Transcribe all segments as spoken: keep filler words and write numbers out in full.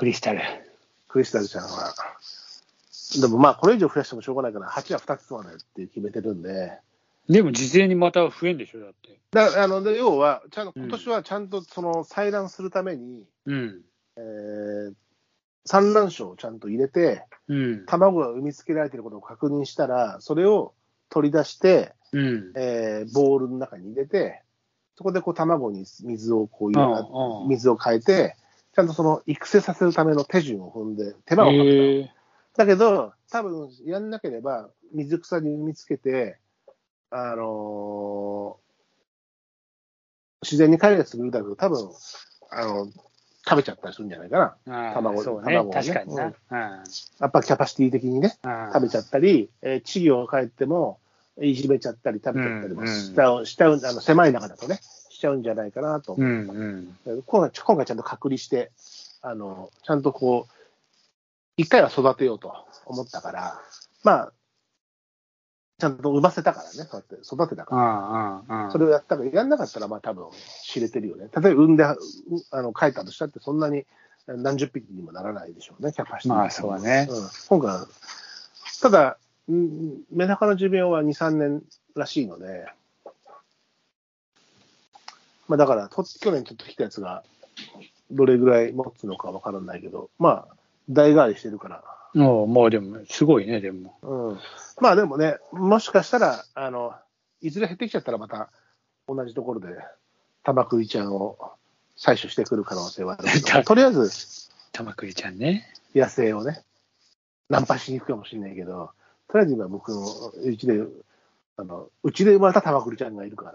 クリスタル。 クリスタルちゃんは。でもまあ、これ以上増やしてもしょうがないから、はちはふたつまでって決めてるんで。 でも、事前にまた増えんでしょ、だって。 だからあので要はちゃん、今年はちゃんとその採卵するために、 うんえー、産卵床をちゃんと入れて、 うん、 卵が産みつけられていることを確認したら、それを取り出して、 うんえー、ボールの中に入れて、そこでこう卵に水をこう入れ、 ああ水を変えて、ちゃんとその育成させるための手順を踏んで、手間をかけた。 へーだけど、多分やんなければ、水草に産みつけて、あのー、自然に開花するんだけど、多分あの食べちゃったりするんじゃないかな、 あ卵、 そうね、 卵をね。 確かにな。 うん、 うんやっぱキャパシティ的にね、食べちゃったり、えー、稚魚を帰っても、いじめちゃったり、食べちゃったりもしちゃう、うんうん、しちゃう、あの狭い中だとね、しちゃうんじゃないかなと思う。うんうん、今回、今回ちゃんと隔離して、あの、ちゃんとこう、一回は育てようと思ったから、まあ、ちゃんと産ませたからね、そうやって育てたから、ああああそれをやったから、やんなかったら、まあ多分知れてるよね。例えば産んで、あの、帰ったとしたって、そんなに何十匹にもならないでしょうね、キャパシティ。 まあそうね。 うん、今回は、ただ、メダカの寿命はに、さんねんらしいので、まあだから、と去年ちょっと来たやつが、どれぐらい持つのかわからないけど、まあ、代替わりしてるから。 もう、もうでも、すごいね、でも。 うん。まあでもね、もしかしたら、あの、いずれ減ってきちゃったらまた、同じところで、タマクリちゃんを採取してくる可能性はあるけど、とりあえず、 タマクリちゃんね。 野生をね、ナンパしに行くかもしれないけど、とりあえず今僕のうちで、あの、うちで生まれたタマクリちゃんがいるから。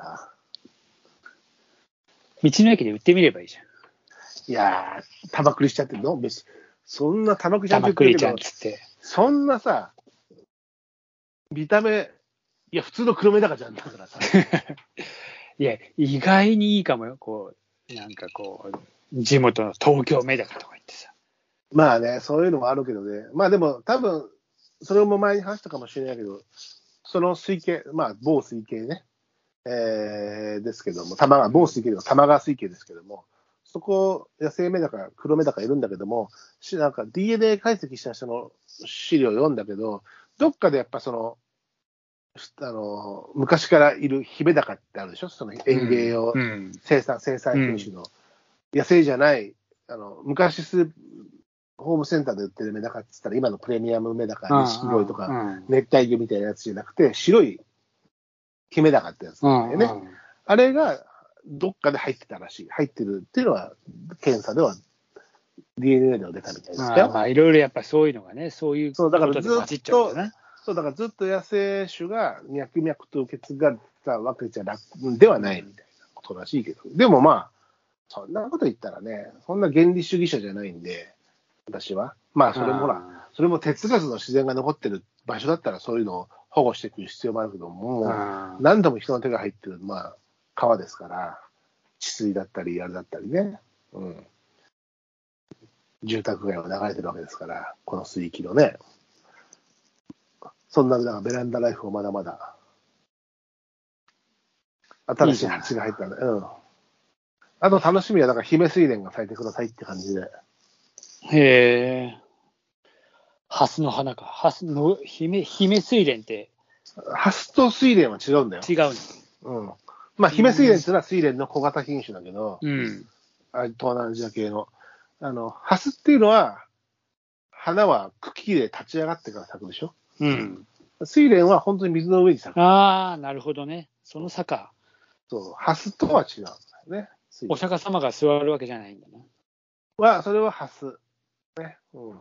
道の駅で売ってみればいいじゃん。 いやー、タマクリしちゃってるの別に。そんなタマクリちゃんって言ってるけど、タマクリちゃんつって。 そんなさ、見た目、いや、普通の黒メダカちゃんだからさ。 いや、意外にいいかもよ。こう、なんかこう、地元の東京メダカとか言ってさ。 まあね、そういうのもあるけどね。まあでも、多分、それも前に話したかもしれないけど、その水系、まあ、某水系ね、えー、ですけども、玉川、某水系でも玉川水系ですけども、そこ、野生メダカ、黒メダカいるんだけども、しなんか ディーエヌエー 解析した人の資料を読んだけど、どっかでやっぱその、あの昔からいるヒメダカってあるでしょ、その園芸用生産、生産品種の、野生じゃない、あの昔スホームセンターで売ってるメダカって言ったら、今のプレミアムメダカ、錦鯉とか、熱帯魚みたいなやつじゃなくて、白いヒメダカってやつなんだよね。あれがどっかで入ってたらしい、入ってるっていうのは、検査では ディーエヌエー では出たみたいですけど、 まあ、いろいろやっぱそういうのがね、そういうことで混じっちゃうんだな。 そうだからずっと野生種が脈々と受け継がれたわけじゃなくではないみたいなことらしいけど、でもまあ、そんなこと言ったらね、そんな原理主義者じゃないんで、私は。まあ、それもほら、それも手つかずの自然が残ってる場所だったら、そういうのを保護していく必要もあるけども、もう何度も人の手が入ってる、まあ、川ですから、治水だったり、あれだったりね、うん、住宅街を流れてるわけですから、この水域のね。そんな、だからベランダライフをまだまだ、新しい鉢が入ったんで、うん。あと楽しみは、だから、姫水蓮が咲いてくださいって感じで。 へえ。ハスの花か。ハスの、姫、姫水蓮って。 ハスと水蓮は違うんだよ。 違うの。うん。まあ、姫水蓮っていうのは水蓮の小型品種だけど、 うん。 あ東南アジア系の。あの、ハスっていうのは、花は茎で立ち上がってから咲くでしょ。 うん。 水蓮は本当に水の上に咲く。 ああ、なるほどね。その差か。 そう、ハスとは違うんだよね。 お釈迦様が座るわけじゃないんだな。 は、それはハス。ね。うん。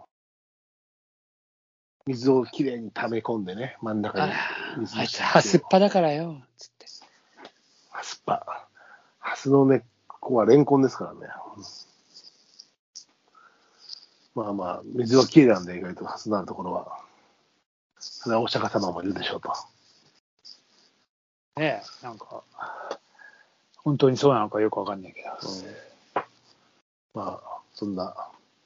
水をきれいに溜め込んでね、真ん中に水あいつハスっぱだからよ、つって。 ハスっぱ。ハスの根っこはレンコンですからね。まあまあ、水はきれいなんで、意外とハスのあるところは。それはお釈迦様もいるでしょうと。 ねえ、なんか、本当にそうなのかよくわかんないけど。 うん、まあ、そんな、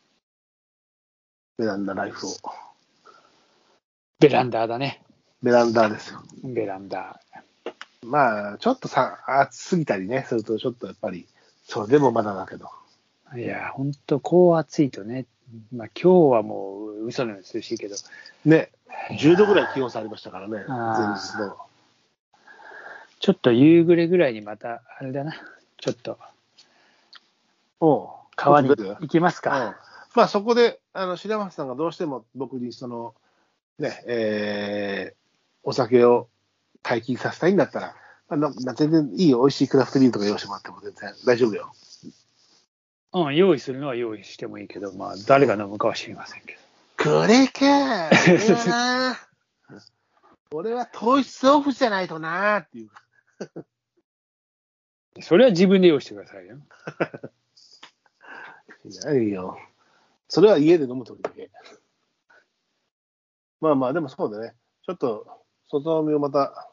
ベランダライフを。 ベランダーだね。 ベランダーですよ。 ベランダー。 まあ、ちょっとさ、暑すぎたりね、するとちょっとやっぱり、それでもまだだけど。 いや、ほんと、こう暑いとね、 まあ今日はもう嘘のように涼しいけど。 ね、じゅうどぐらい気温差ありましたからね、 あ前日の。 ちょっと夕暮れぐらいにまた、あれだな、ちょっと、 おう川に外出る行きますうんか。 まあそこで、あの白松さんがどうしても僕にその、ね、えーお酒を解禁させたいんだったら、まあ、なな全然いい美味しいクラフトビールとか用意してもらっても全然大丈夫よ。 うん、用意するのは用意してもいいけど、まあ誰が飲むかは知りませんけこれか、俺はな、俺は糖質オフじゃないとなっていう。 ど。それは自分で用意してくださいよ。 ないよ。それは家で飲むときだけ。まあまあ、でもそうだね。ちょっと、外飲みをまた、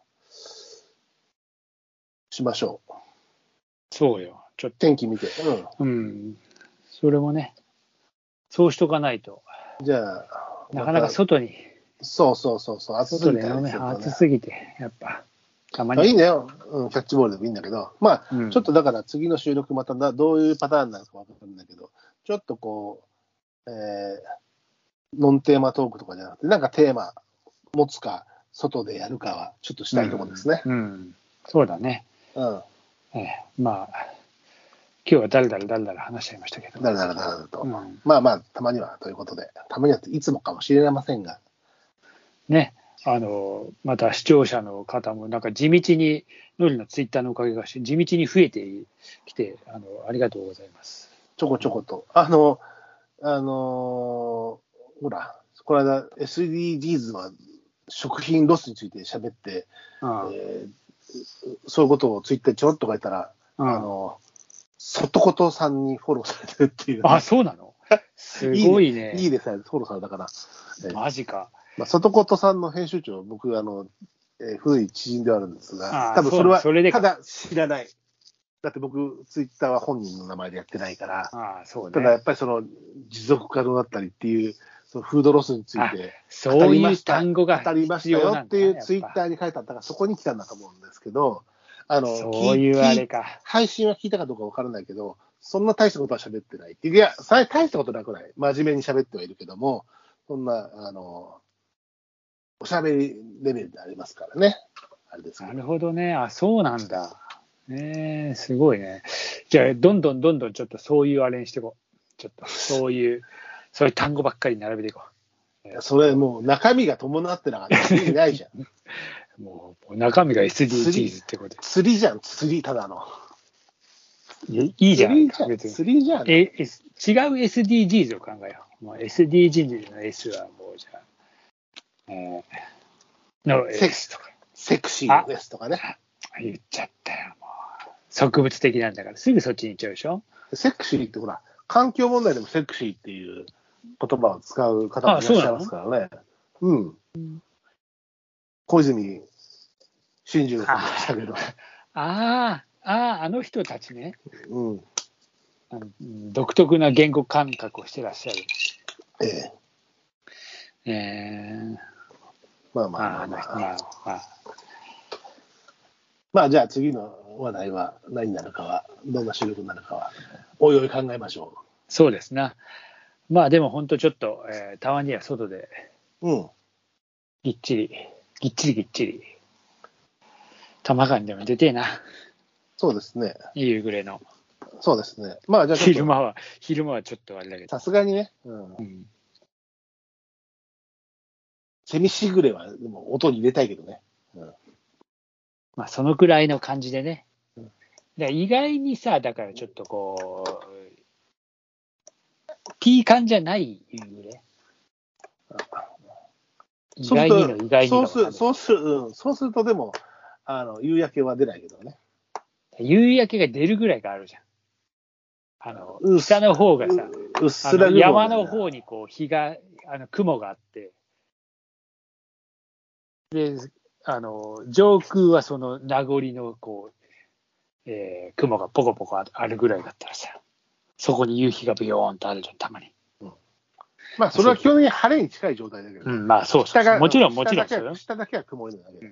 しましょう。 そうよ。ちょっと。 天気見て。うん。 うん。それもね、そうしとかないと、 じゃあ、 なかなか外に、 そうそうそうそう、暑す外でぎたり飲め、暑するとね。 すぎて、やっぱ、たまに。 あいいね、うん、キャッチボールでもいいんだけど、まあ、 うんちょっとだから次の収録またなどういうパターンなのかわかるんだけど、ちょっとこう、えー、ノンテーマトークとかじゃなくて、なんかテーマ持つか、外でやるかは、ちょっとしたいところですね。 うん。うんそうだね。 うん。 ええ、まあ、今日はだらだらだらだら話しちゃいましたけど。 だらだらだらだと。 うんまあまあ、たまにはということで、たまにはいつもかもしれませんが。 ね、あの、また視聴者の方も、なんか地道に、ノリのツイッターのおかげがし、地道に増えてきて、あの、ありがとうございます。 ちょこちょこと。あの、あのーほら、この間 エスディージーズ は食品ロスについて喋って、 うんえーそういうことをツイッターにちょろっと書いたら、 うんあの、外ことさんにフォローされてるっていう、ね。 あ、そうなのすごいね。 いいねさえフォローされたから。えーマジか。 まあ、外ことさんの編集長、僕、あの、えー古い知人ではあるんですが、 あ多分それは、 それでただ知らない。だって僕、ツイッターは本人の名前でやってないから、 あそうね。 ただやっぱりその持続可能だったりっていう、そのフードロスについてそういう単語が語りましたよっていうツイッターに書いてあったから、そこに来たんだと思うんですけど、あのそういうあれか。 配信は聞いたかどうかわからないけど、そんな大したことは喋ってないっていう。いや、大したことなくない。真面目に喋ってはいるけども、そんな、あの、おしゃべりレベルでありますからね。あれですけど。 なるほどね。あ、そうなんだ。ねえ、すごいね。じゃあ、どんどんどんどんちょっとそういうあれにしていこう。ちょっと、そういう、そういう単語ばっかり並べていこう。それもう中身が伴ってなかったら意味ないじゃん。 もう中身が エスディージーズ ってことで。 釣りじゃん、釣り、ただの。 いやいいじゃないか、別に。 釣りじゃん。 え、違う エスディージーズ を考えよう。もう エスディージーズ の S はもうじゃあ、えー、の S とか。 セクシーですとかね。 言っちゃったよ、もう。植物的なんだから、すぐそっちに行っちゃうでしょ。 セクシーってほら、環境問題でもセクシーっていう言葉を使う方もいらっしゃいますからね。うん。小泉進次郎さんでしたけど。 ああ、ああ、あの人たちね。 うん。 あの独特な言語感覚をしてらっしゃる。 ええ。えー、 まあまあまあまあ。 まあ、まあ、 まあ、じゃあ次の話題は何になるかは、どんな収録になるかは、おいおい考えましょう。 そうですな。まあでも本当ちょっと、えー、たまには外で、 うん。 ぎっちり、ぎっちりぎっちり、玉川にでも出てえな。 そうですね。 夕暮れの。 そうですね。まあじゃあちょっと昼間は、昼間はちょっとあれだけど。 さすがにね。うん。 うん、 セミしぐれはでも音に入れたいけどね。うん。 まあそのくらいの感じでね。で意外にさ、だからちょっとこう、ピーカンじゃない夕暮れ。意外にの意外にの。 そうする、そうする、うん、そうするとでも、あの、夕焼けは出ないけどね。 夕焼けが出るぐらいがあるじゃん。あの、北の方がさ、 うっすらあの山の方にこう、日が、あの、雲があって、で、あの、上空はその名残のこう、えー、雲がポコポコあるぐらいだったらさ、そこに夕日がビヨーンとあるじゃん、たまに。うん、 まあ、それは基本的に晴れに近い状態だけど、ね、 うん、まあ、そうそうそう。もちろん、もちろん下だけは、下だけは曇りのだけ、うん。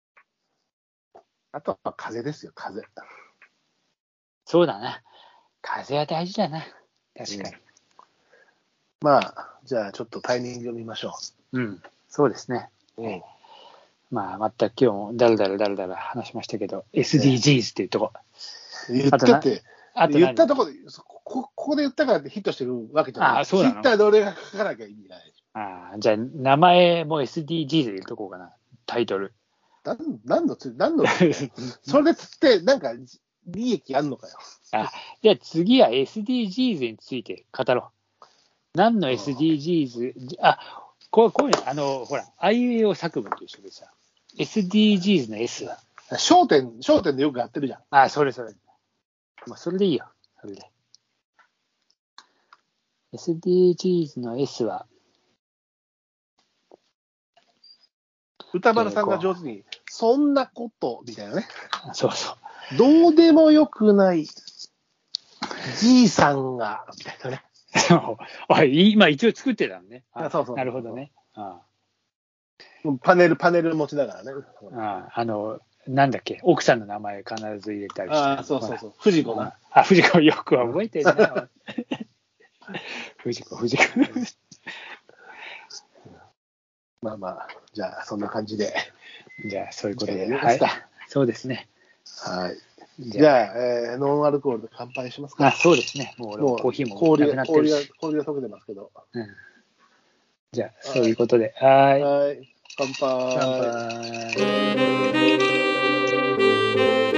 あとは風ですよ、風。 そうだな。風は大事だな。確かに。うん、 まあ、じゃあちょっとタイミングを見ましょうん、そうですね。 う。うん。 まあ、全く今日もだらだらだらだら話しましたけど、エスディージーズ っていうとこ。 言ったって、 あと言ったところで、こここで言ったからってヒットしてるわけじゃない。 ああ、そうなの。 ツイッターで俺が書かなきゃ意味ない。 ああ、じゃあ、名前も エスディージーズ で言うとこうかな、タイトル。 なん何のつ、何のそれでつって、なんか、利益あんのかよ。 あ、じゃあ次は エスディージーズ について語ろう。何の エスディージーズ、あ、こうこういうの、あの、ほら、あいうえお作文と一緒でさ、エスディージーズ の S は。 焦点、焦点でよくやってるじゃん。 あ、それそれ。まあ、それでいいよ。それで。エスディージーズ の S は、 歌丸さんが上手に、そんなことみたいなね。 そうそう。どうでもよくないじいさんが、みたいなね。 あ、今一応作ってたのね。 あそうそうそうなるほどね。あパネル、パネル持ちながらね。 ああの、なんだっけ、奥さんの名前必ず入れたりして。 あそうそうそう。藤子な。 あ、藤子よくは覚えてるな。藤子、藤子。 まあまあ、じゃあ、そんな感じで。 じゃあ、そういうことで。 はい。 そうですね。 はい。じゃあ、えー、ノンアルコールで乾杯しますか。 あ、そうですね。もう、もうコーヒーもなくなってるし。 氷が、氷が溶けてますけど。 うん、じゃあ、そういうことで。はい。 はい。乾杯。 乾杯。